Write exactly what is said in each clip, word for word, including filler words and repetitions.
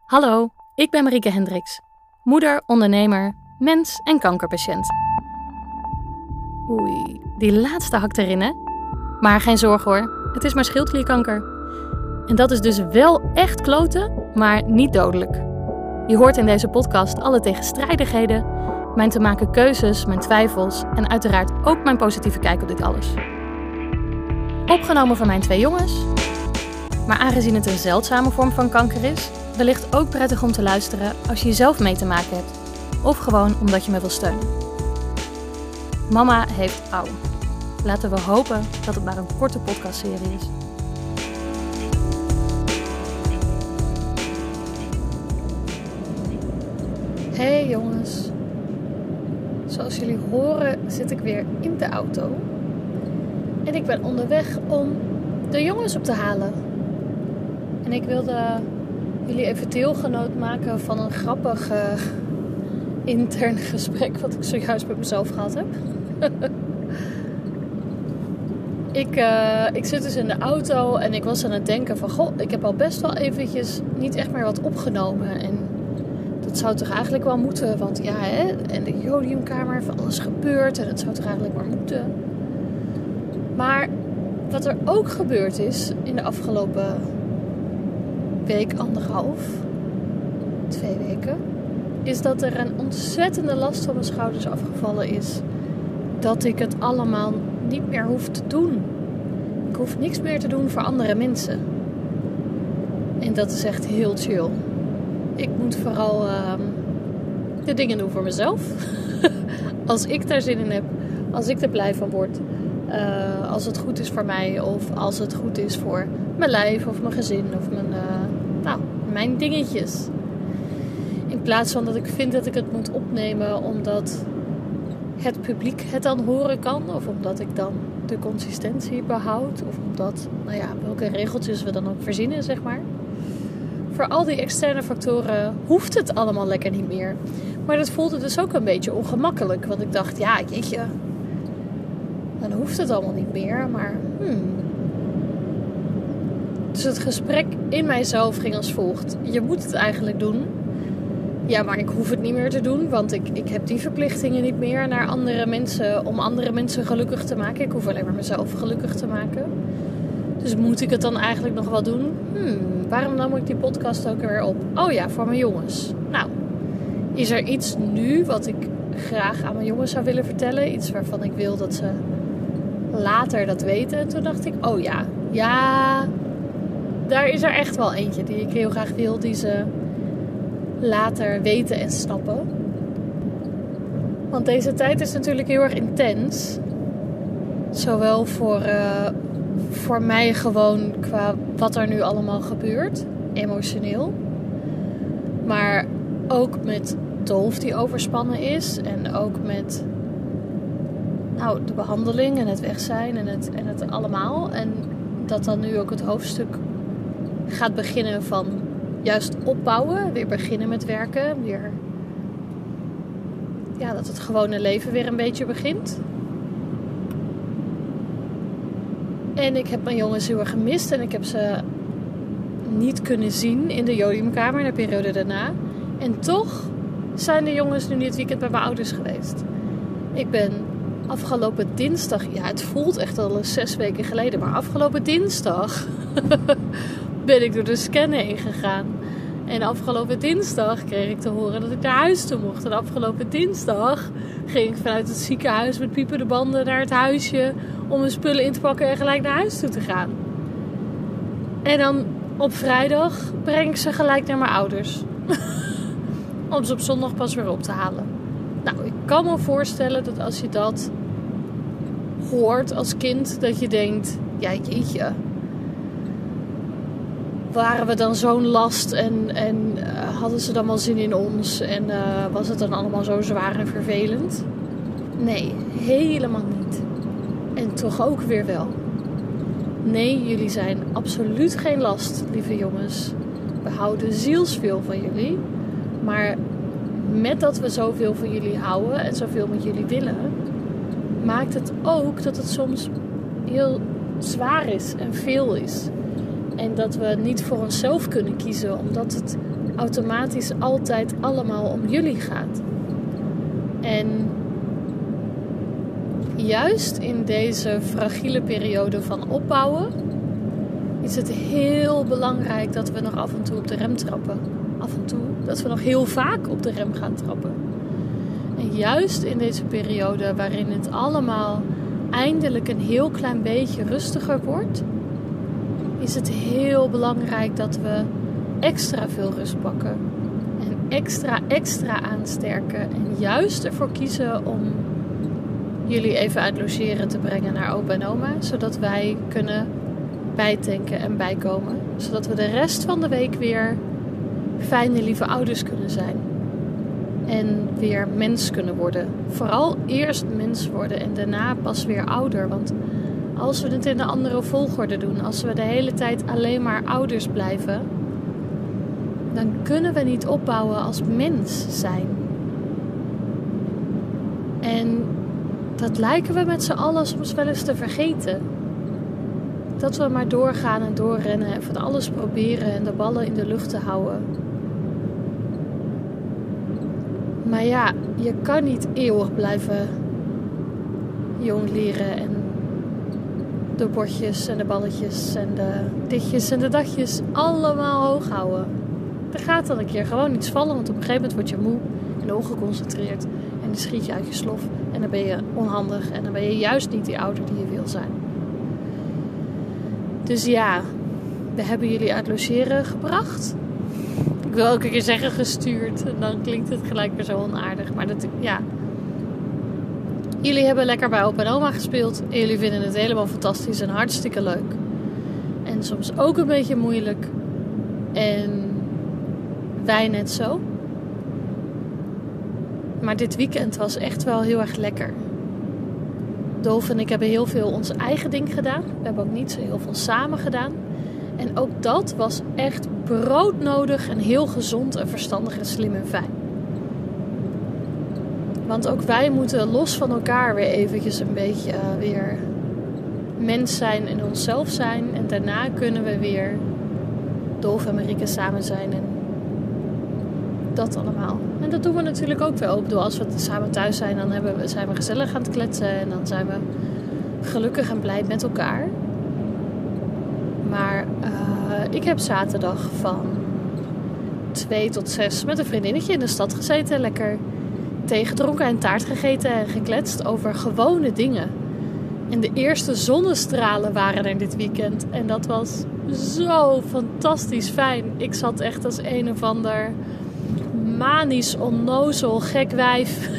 Hallo, ik ben Marieke Hendricks. Moeder, ondernemer, mens en kankerpatiënt. Oei, die laatste hakt erin, hè? Maar geen zorgen hoor, het is maar schildklierkanker. En dat is dus wel echt kloten, maar niet dodelijk. Je hoort in deze podcast alle tegenstrijdigheden, mijn te maken keuzes, mijn twijfels en uiteraard ook mijn positieve kijk op dit alles. Opgenomen van mijn twee jongens, maar aangezien het een zeldzame vorm van kanker is, wellicht ook prettig om te luisteren als je zelf mee te maken hebt. Of gewoon omdat je me wil steunen. Mama heeft au. Laten we hopen dat het maar een korte podcastserie is. Hey jongens. Zoals jullie horen zit ik weer in de auto. En ik ben onderweg om de jongens op te halen. En ik wilde jullie even deelgenoot maken van een grappig uh, intern gesprek wat ik zojuist met mezelf gehad heb. ik, uh, ik zit dus in de auto en ik was aan het denken van... Goh, ik heb al best wel eventjes niet echt meer wat opgenomen. En dat zou toch eigenlijk wel moeten. Want ja, hè, en de jodiumkamer, van alles gebeurt en het zou toch eigenlijk maar moeten. Maar wat er ook gebeurd is in de afgelopen week, anderhalf, twee weken, is dat er een ontzettende last van mijn schouders afgevallen is. Dat ik het allemaal niet meer hoef te doen. Ik hoef niks meer te doen voor andere mensen. En dat is echt heel chill. Ik moet vooral uh, de dingen doen voor mezelf. Als ik daar zin in heb. Als ik er blij van word. Uh, als het goed is voor mij. Of als het goed is voor mijn lijf. Of mijn gezin. Of mijn, uh, nou, mijn dingetjes. In plaats van dat ik vind dat ik het moet opnemen. Omdat het publiek het dan horen kan. Of omdat ik dan de consistentie behoud. Of omdat, nou ja, welke regeltjes we dan ook verzinnen, zeg maar. Voor al die externe factoren hoeft het allemaal lekker niet meer. Maar dat voelde dus ook een beetje ongemakkelijk. Want ik dacht, ja, jeetje, dan hoeft het allemaal niet meer. Maar, hmm. Dus het gesprek in mijzelf ging als volgt. Je moet het eigenlijk doen. Ja, maar ik hoef het niet meer te doen. Want ik, ik heb die verplichtingen niet meer naar andere mensen. Om andere mensen gelukkig te maken. Ik hoef alleen maar mezelf gelukkig te maken. Dus moet ik het dan eigenlijk nog wel doen? Hmm, waarom nam ik die podcast ook weer op? Oh ja, voor mijn jongens. Nou, is er iets nu wat ik graag aan mijn jongens zou willen vertellen? Iets waarvan ik wil dat ze later dat weten? En toen dacht ik, oh ja, ja, daar is er echt wel eentje die ik heel graag wil, die ze later weten en snappen. Want deze tijd is natuurlijk heel erg intens. Zowel voor... Uh, Voor mij gewoon qua wat er nu allemaal gebeurt. Emotioneel. Maar ook met Dolf die overspannen is. En ook met nou, de behandeling en het weg zijn en het, en het allemaal. En dat dan nu ook het hoofdstuk gaat beginnen van juist opbouwen. Weer beginnen met werken. Weer, ja, dat het gewone leven weer een beetje begint. En ik heb mijn jongens heel erg gemist. En ik heb ze niet kunnen zien in de jodiumkamer in de periode daarna. En toch zijn de jongens nu dit weekend bij mijn ouders geweest. Ik ben afgelopen dinsdag... Ja, het voelt echt al zes weken geleden. Maar afgelopen dinsdag ben ik door de scan heen gegaan. En afgelopen dinsdag kreeg ik te horen dat ik naar huis toe mocht. En afgelopen dinsdag ging ik vanuit het ziekenhuis met piepende banden naar het huisje om mijn spullen in te pakken en gelijk naar huis toe te gaan. En dan op vrijdag breng ik ze gelijk naar mijn ouders. Om ze op zondag pas weer op te halen. Nou, ik kan me voorstellen dat als je dat hoort als kind, dat je denkt, ja jeetje, waren we dan zo'n last en, en uh, hadden ze dan wel zin in ons en uh, was het dan allemaal zo zwaar en vervelend? Nee, helemaal niet. En toch ook weer wel. Nee, jullie zijn absoluut geen last, lieve jongens. We houden zielsveel van jullie. Maar met dat we zoveel van jullie houden en zoveel met jullie willen, maakt het ook dat het soms heel zwaar is en veel is. En dat we niet voor onszelf kunnen kiezen, omdat het automatisch altijd allemaal om jullie gaat. En juist in deze fragiele periode van opbouwen is het heel belangrijk dat we nog af en toe op de rem trappen. Af en toe. Dat we nog heel vaak op de rem gaan trappen. En juist in deze periode waarin het allemaal eindelijk een heel klein beetje rustiger wordt, is het heel belangrijk dat we extra veel rust pakken. En extra, extra aansterken. En juist ervoor kiezen om jullie even uit logeren te brengen naar opa en oma. Zodat wij kunnen bijtanken en bijkomen. Zodat we de rest van de week weer fijne, lieve ouders kunnen zijn. En weer mens kunnen worden. Vooral eerst mens worden en daarna pas weer ouder. Want als we het in een andere volgorde doen, als we de hele tijd alleen maar ouders blijven, dan kunnen we niet opbouwen als mens zijn. En dat lijken we met z'n allen soms wel eens te vergeten. Dat we maar doorgaan en doorrennen en van alles proberen en de ballen in de lucht te houden. Maar ja, je kan niet eeuwig blijven jong leren en de bordjes en de balletjes en de ditjes en de datjes allemaal hoog houden. Er gaat dan een keer gewoon iets vallen, want op een gegeven moment word je moe en ongeconcentreerd en dan schiet je uit je slof en dan ben je onhandig en dan ben je juist niet die ouder die je wil zijn. Dus ja, we hebben jullie uit logeren gebracht. Ik wil elke keer zeggen gestuurd en dan klinkt het gelijk weer zo onaardig. Maar dat, ja. Jullie hebben lekker bij opa en oma gespeeld en jullie vinden het helemaal fantastisch en hartstikke leuk. En soms ook een beetje moeilijk. En wij net zo. Maar dit weekend was echt wel heel erg lekker. Dolf en ik hebben heel veel ons eigen ding gedaan. We hebben ook niet zo heel veel samen gedaan. En ook dat was echt broodnodig en heel gezond en verstandig en slim en fijn. Want ook wij moeten los van elkaar weer eventjes een beetje uh, weer mens zijn en onszelf zijn. En daarna kunnen we weer Dolf en Marieke samen zijn en dat allemaal. En dat doen we natuurlijk ook wel. Ik bedoel, als we samen thuis zijn, dan hebben we, zijn we gezellig aan het kletsen en dan zijn we gelukkig en blij met elkaar. Maar uh, ik heb zaterdag van twee tot zes met een vriendinnetje in de stad gezeten. Lekker thee gedronken en taart gegeten en gekletst over gewone dingen. En de eerste zonnestralen waren er dit weekend. En dat was zo fantastisch fijn. Ik zat echt als een of ander manisch, onnozel, gek wijf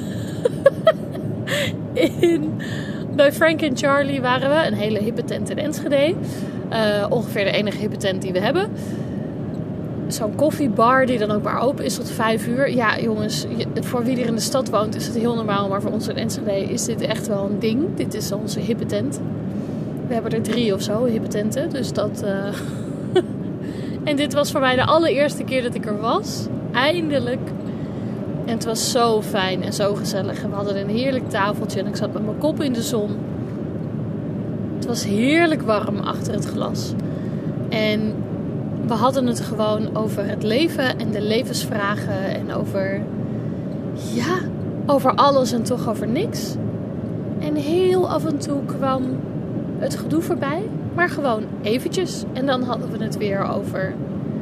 in. Bij Frank en Charlie waren we. Een hele hippe tent in Enschede. Uh, ongeveer de enige hippe tent die we hebben. Zo'n koffiebar die dan ook maar open is tot vijf uur. Ja, jongens, voor wie er in de stad woont is het heel normaal. Maar voor ons in Enschede is dit echt wel een ding. Dit is onze hippe tent. We hebben er drie of zo, hippe tenten. Dus dat... Uh... en dit was voor mij de allereerste keer dat ik er was. Eindelijk. En het was zo fijn en zo gezellig. En we hadden een heerlijk tafeltje. En ik zat met mijn kop in de zon. Het was heerlijk warm achter het glas. En we hadden het gewoon over het leven en de levensvragen. En over, ja, over alles en toch over niks. En heel af en toe kwam het gedoe voorbij. Maar gewoon eventjes. En dan hadden we het weer over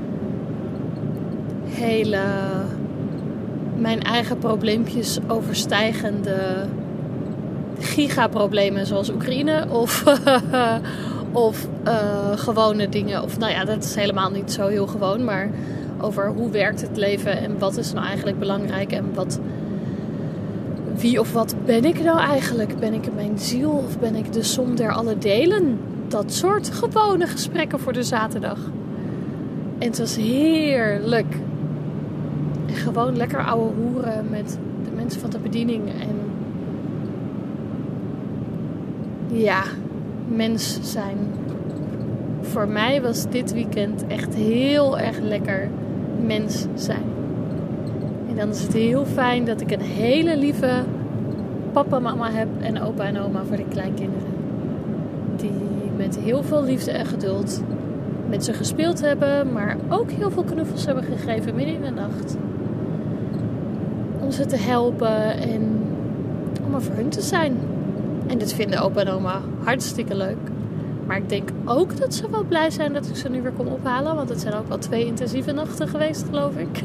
hele... mijn eigen probleempjes overstijgende gigaproblemen zoals Oekraïne of, of uh, gewone dingen. Of nou ja, dat is helemaal niet zo heel gewoon, maar over hoe werkt het leven en wat is nou eigenlijk belangrijk en wat, wie of wat ben ik nou eigenlijk? Ben ik mijn ziel of ben ik de som der alle delen? Dat soort gewone gesprekken voor de zaterdag. En het was heerlijk. En gewoon lekker ouwe hoeren met de mensen van de bediening. En ja, mens zijn. Voor mij was dit weekend echt heel erg lekker mens zijn. En dan is het heel fijn dat ik een hele lieve papa en mama heb en opa en oma voor de kleinkinderen. Die met heel veel liefde en geduld met ze gespeeld hebben, maar ook heel veel knuffels hebben gegeven midden in de nacht. Om ze te helpen en om er voor hun te zijn. En dit vinden opa en oma hartstikke leuk. Maar ik denk ook dat ze wel blij zijn dat ik ze nu weer kon ophalen. Want het zijn ook wel twee intensieve nachten geweest, geloof ik.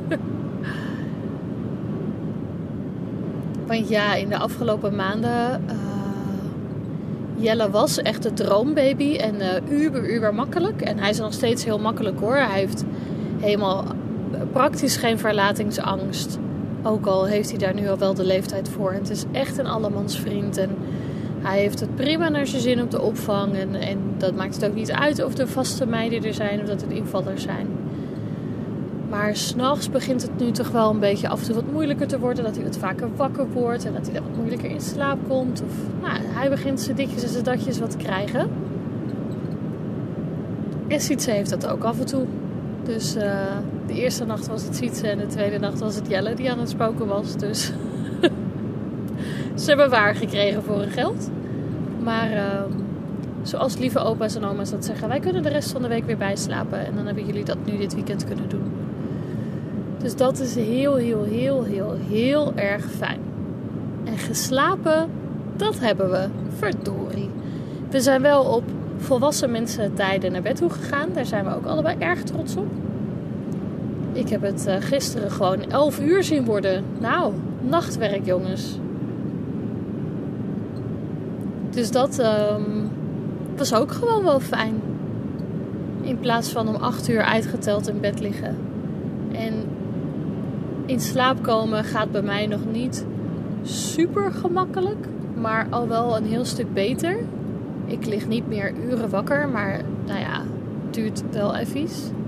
Want ja, in de afgelopen maanden... Uh, Jelle was echt de droombaby. En uh, uber, uber makkelijk. En hij is nog steeds heel makkelijk hoor. Hij heeft helemaal uh, praktisch geen verlatingsangst. Ook al heeft hij daar nu al wel de leeftijd voor. En het is echt een allemansvriend. En hij heeft het prima naar zijn zin op de opvang. En, en dat maakt het ook niet uit of er vaste meiden er zijn of dat het invallers zijn. Maar 's nachts begint het nu toch wel een beetje af en toe wat moeilijker te worden. Dat hij wat vaker wakker wordt en dat hij dan wat moeilijker in slaap komt. Of, nou, hij begint zijn ditjes en zijn datjes wat te krijgen. En Sietse heeft dat ook af en toe. Dus uh, de eerste nacht was het Sietse en de tweede nacht was het Jelle die aan het spoken was. Dus ze hebben waar gekregen voor hun geld. Maar uh, zoals lieve opa's en oma's dat zeggen, wij kunnen de rest van de week weer bijslapen. En dan hebben jullie dat nu dit weekend kunnen doen. Dus dat is heel, heel, heel, heel, heel erg fijn. En geslapen, dat hebben we, verdorie. We zijn wel op volwassen mensen tijden naar bed toe gegaan. Daar zijn we ook allebei erg trots op. Ik heb het uh, gisteren gewoon elf uur zien worden. Nou, nachtwerk jongens. Dus dat um, was ook gewoon wel fijn. In plaats van om acht uur uitgeteld in bed liggen. En in slaap komen gaat bij mij nog niet super gemakkelijk. Maar al wel een heel stuk beter. Ik lig niet meer uren wakker. Maar nou ja, het duurt wel even.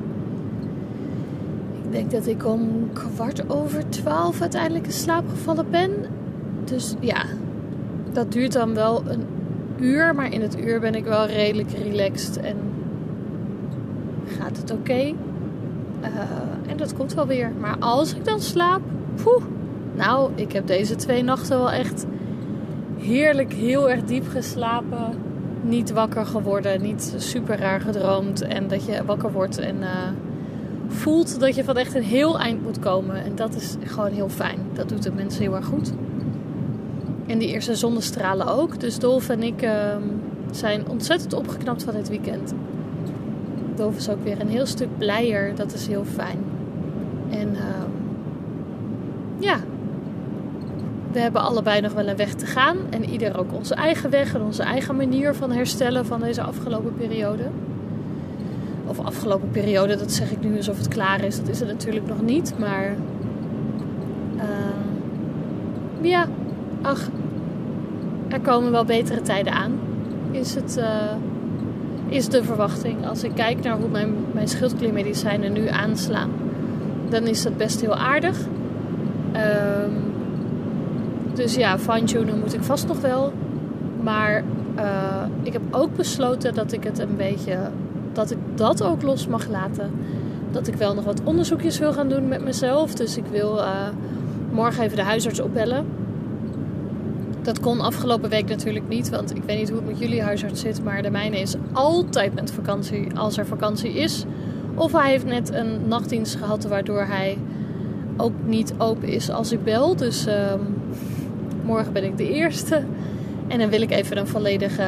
Ik denk dat ik om kwart over twaalf uiteindelijk in slaap gevallen ben. Dus ja, dat duurt dan wel een uur. Maar in het uur ben ik wel redelijk relaxed. En gaat het oké. Okay. Uh, en dat komt wel weer. Maar als ik dan slaap... Poeh, nou, ik heb deze twee nachten wel echt heerlijk, heel erg diep geslapen. Niet wakker geworden. Niet super raar gedroomd. En dat je wakker wordt en uh, voelt dat je van echt een heel eind moet komen. En dat is gewoon heel fijn. Dat doet de mensen heel erg goed. En die eerste zonnestralen ook. Dus Dolf en ik uh, zijn ontzettend opgeknapt van dit weekend. Dolf is ook weer een heel stuk blijer. Dat is heel fijn. En uh, ja, we hebben allebei nog wel een weg te gaan. En ieder ook onze eigen weg en onze eigen manier van herstellen van deze afgelopen periode. Of afgelopen periode, dat zeg ik nu alsof het klaar is. Dat is het natuurlijk nog niet. Maar uh, ja, ach, er komen wel betere tijden aan. Is het... Uh, is de verwachting. Als ik kijk naar hoe mijn, mijn schildkliermedicijnen nu aanslaan, dan is dat best heel aardig. Um, dus ja, fine-tunen moet ik vast nog wel. Maar uh, ik heb ook besloten dat ik het een beetje, dat ik dat ook los mag laten. Dat ik wel nog wat onderzoekjes wil gaan doen met mezelf. Dus ik wil uh, morgen even de huisarts opbellen. Dat kon afgelopen week natuurlijk niet, want ik weet niet hoe het met jullie huisarts zit, maar de mijne is altijd met vakantie als er vakantie is. Of hij heeft net een nachtdienst gehad waardoor hij ook niet open is als ik bel. Dus uh, morgen ben ik de eerste. En dan wil ik even een volledige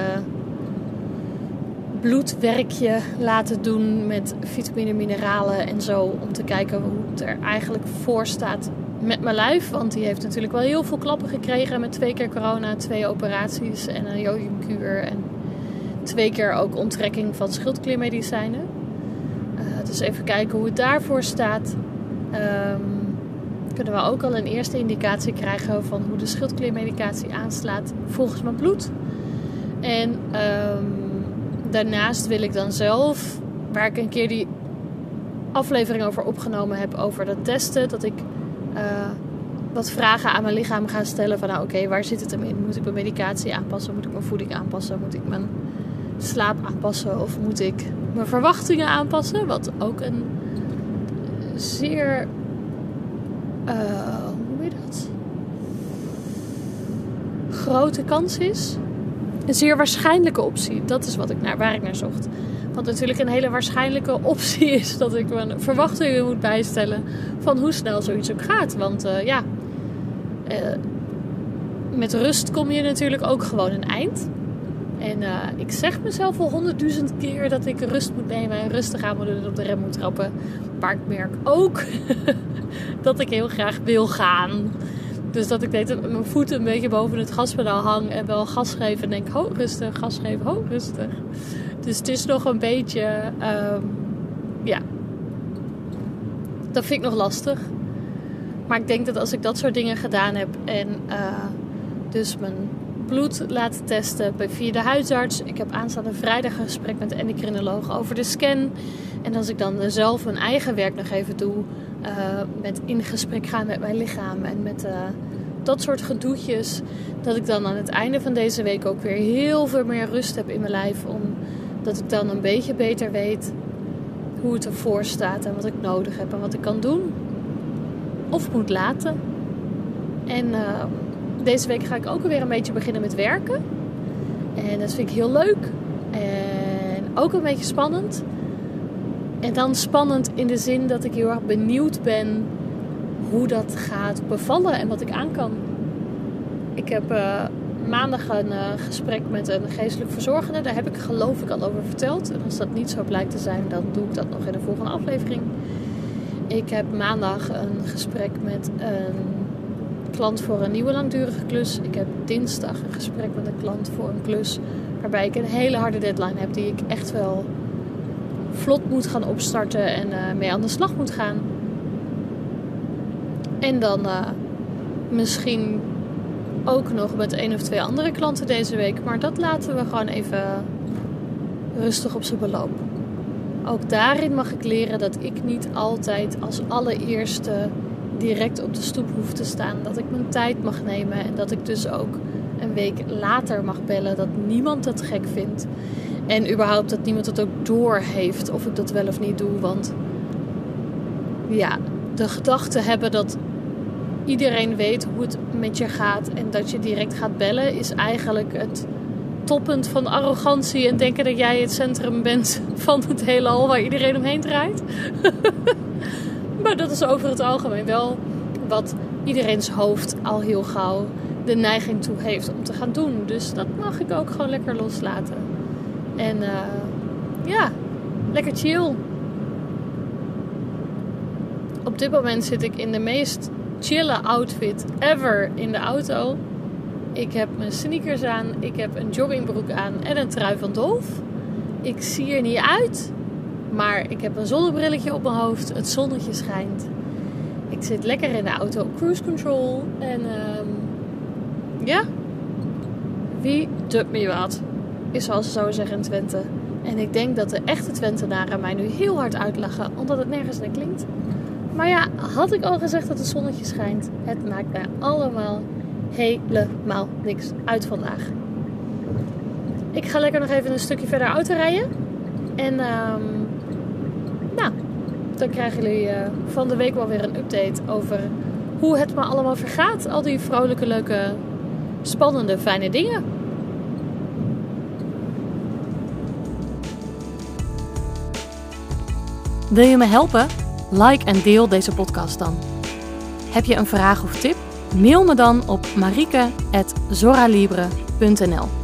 bloedwerkje laten doen met vitamine, mineralen en zo. Om te kijken hoe het er eigenlijk voor staat met mijn lijf. Want die heeft natuurlijk wel heel veel klappen gekregen met twee keer corona, twee operaties en een jodiumkuur. En twee keer ook onttrekking van schildkliermedicijnen. Uh, dus even kijken hoe het daarvoor staat. Um, kunnen we ook al een eerste indicatie krijgen van hoe de schildkliermedicatie aanslaat volgens mijn bloed. En um, daarnaast wil ik dan zelf, waar ik een keer die aflevering over opgenomen heb over dat testen, dat ik uh, wat vragen aan mijn lichaam ga stellen van nou oké, okay, waar zit het hem in? Moet ik mijn medicatie aanpassen? Moet ik mijn voeding aanpassen? Moet ik mijn slaap aanpassen? Of moet ik mijn verwachtingen aanpassen? Wat ook een zeer uh, hoe noem je dat? grote kans is. Een zeer waarschijnlijke optie. Dat is wat ik naar, waar ik naar zocht. Wat natuurlijk een hele waarschijnlijke optie is dat ik mijn verwachtingen moet bijstellen van hoe snel zoiets ook gaat. Want uh, ja, uh, met rust kom je natuurlijk ook gewoon een eind. En uh, ik zeg mezelf al honderdduizend keer dat ik rust moet nemen en rustig aan moet doen en op de rem moet trappen. Maar ik merk ook dat ik heel graag wil gaan. Dus dat ik deed met mijn voeten een beetje boven het gaspedaal hang en wel gas geef en denk, ho, rustig, gas geven, ho, rustig. Dus het is nog een beetje, um, ja, dat vind ik nog lastig. Maar ik denk dat als ik dat soort dingen gedaan heb en uh, dus mijn bloed laten testen bij via de huisarts. Ik heb aanstaande vrijdag een gesprek met de endocrinoloog over de scan. En als ik dan zelf mijn eigen werk nog even doe, uh, met in gesprek gaan met mijn lichaam en met uh, dat soort gedoetjes, dat ik dan aan het einde van deze week ook weer heel veel meer rust heb in mijn lijf, omdat ik dan een beetje beter weet hoe het ervoor staat en wat ik nodig heb en wat ik kan doen of moet laten. En uh, deze week ga ik ook weer een beetje beginnen met werken. En dat vind ik heel leuk. En ook een beetje spannend. En dan spannend in de zin dat ik heel erg benieuwd ben hoe dat gaat bevallen en wat ik aan kan. Ik heb uh, maandag een uh, gesprek met een geestelijk verzorgende. Daar heb ik geloof ik al over verteld. En als dat niet zo blijkt te zijn, dan doe ik dat nog in de volgende aflevering. Ik heb maandag een gesprek met een klant voor een nieuwe langdurige klus. Ik heb dinsdag een gesprek met een klant voor een klus waarbij ik een hele harde deadline heb die ik echt wel vlot moet gaan opstarten en uh, mee aan de slag moet gaan. En dan uh, misschien ook nog met één of twee andere klanten deze week. Maar dat laten we gewoon even rustig op zijn beloop. Ook daarin mag ik leren dat ik niet altijd als allereerste direct op de stoep hoef te staan. Dat ik mijn tijd mag nemen en dat ik dus ook een week later mag bellen. Dat niemand dat gek vindt. En überhaupt dat niemand het ook door heeft of ik dat wel of niet doe. Want ja, de gedachte hebben dat iedereen weet hoe het met je gaat en dat je direct gaat bellen is eigenlijk het toppunt van arrogantie en denken dat jij het centrum bent van het heelal waar iedereen omheen draait. Maar dat is over het algemeen wel wat iedereen's hoofd al heel gauw de neiging toe heeft om te gaan doen. Dus dat mag ik ook gewoon lekker loslaten. En uh, ja, lekker chill. Op dit moment zit ik in de meest chille outfit ever in de auto. Ik heb mijn sneakers aan, ik heb een joggingbroek aan en een trui van Dolf. Ik zie er niet uit, maar ik heb een zonnebrilletje op mijn hoofd. Het zonnetje schijnt. Ik zit lekker in de auto op cruise control. En um, ja, wie dubt me wat, is zoals ze zouden zeggen in Twente. En ik denk dat de echte Twentenaren mij nu heel hard uitlachen, omdat het nergens naar klinkt. Maar ja, had ik al gezegd dat het zonnetje schijnt? Het maakt mij allemaal helemaal niks uit vandaag. Ik ga lekker nog even een stukje verder auto rijden. En um, nou, dan krijgen jullie uh, van de week wel weer een update over hoe het me allemaal vergaat. Al die vrolijke, leuke, spannende, fijne dingen. Wil je me helpen? Like en deel deze podcast dan. Heb je een vraag of tip? Mail me dan op marieke at zoralibre punt n l.